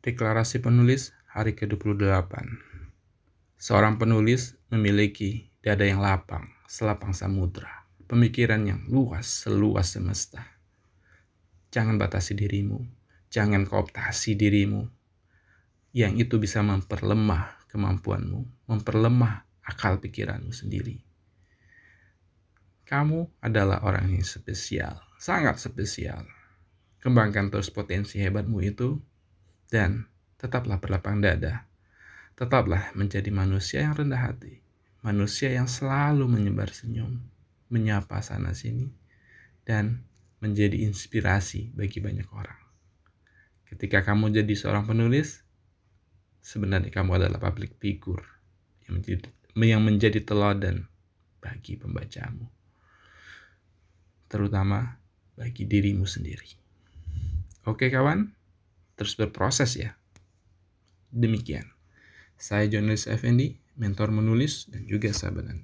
Deklarasi penulis hari ke-28. Seorang penulis memiliki dada yang lapang, selapang samudra, pemikiran yang luas, seluas semesta. Jangan batasi dirimu, jangan kooptasi dirimu. Yang itu bisa memperlemah kemampuanmu, memperlemah akal pikiranmu sendiri. Kamu adalah orang yang spesial, sangat spesial. Kembangkan terus potensi hebatmu itu, dan tetaplah berlapang dada. Tetaplah menjadi manusia yang rendah hati, manusia yang selalu menyebar senyum, menyapa sana sini, dan menjadi inspirasi bagi banyak orang. Ketika kamu jadi seorang penulis, sebenarnya kamu adalah public figure yang menjadi teladan bagi pembacamu, terutama bagi dirimu sendiri. Oke kawan, terus berproses ya. Demikian, saya Journalist Effendi, mentor menulis dan juga sahabat Anda.